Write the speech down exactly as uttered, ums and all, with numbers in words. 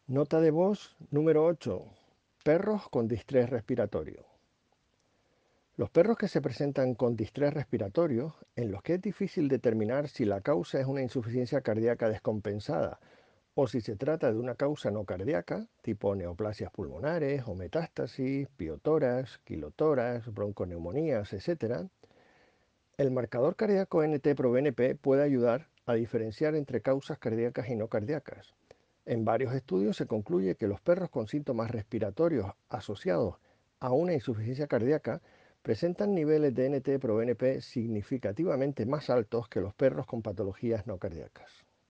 Nota de voz número ocho. Perros con distrés respiratorio. Los perros que se presentan con distrés respiratorio, en los que es difícil determinar si la causa es una insuficiencia cardíaca descompensada o si se trata de una causa no cardíaca, tipo neoplasias pulmonares o metástasis, piotoras, quilotoras, bronconeumonías, etcétera, el marcador cardíaco N T-proBNP puede ayudar a diferenciar entre causas cardíacas y no cardíacas. En varios estudios se concluye que los perros con síntomas respiratorios asociados a una insuficiencia cardíaca presentan niveles de N T-proBNP significativamente más altos que los perros con patologías no cardíacas.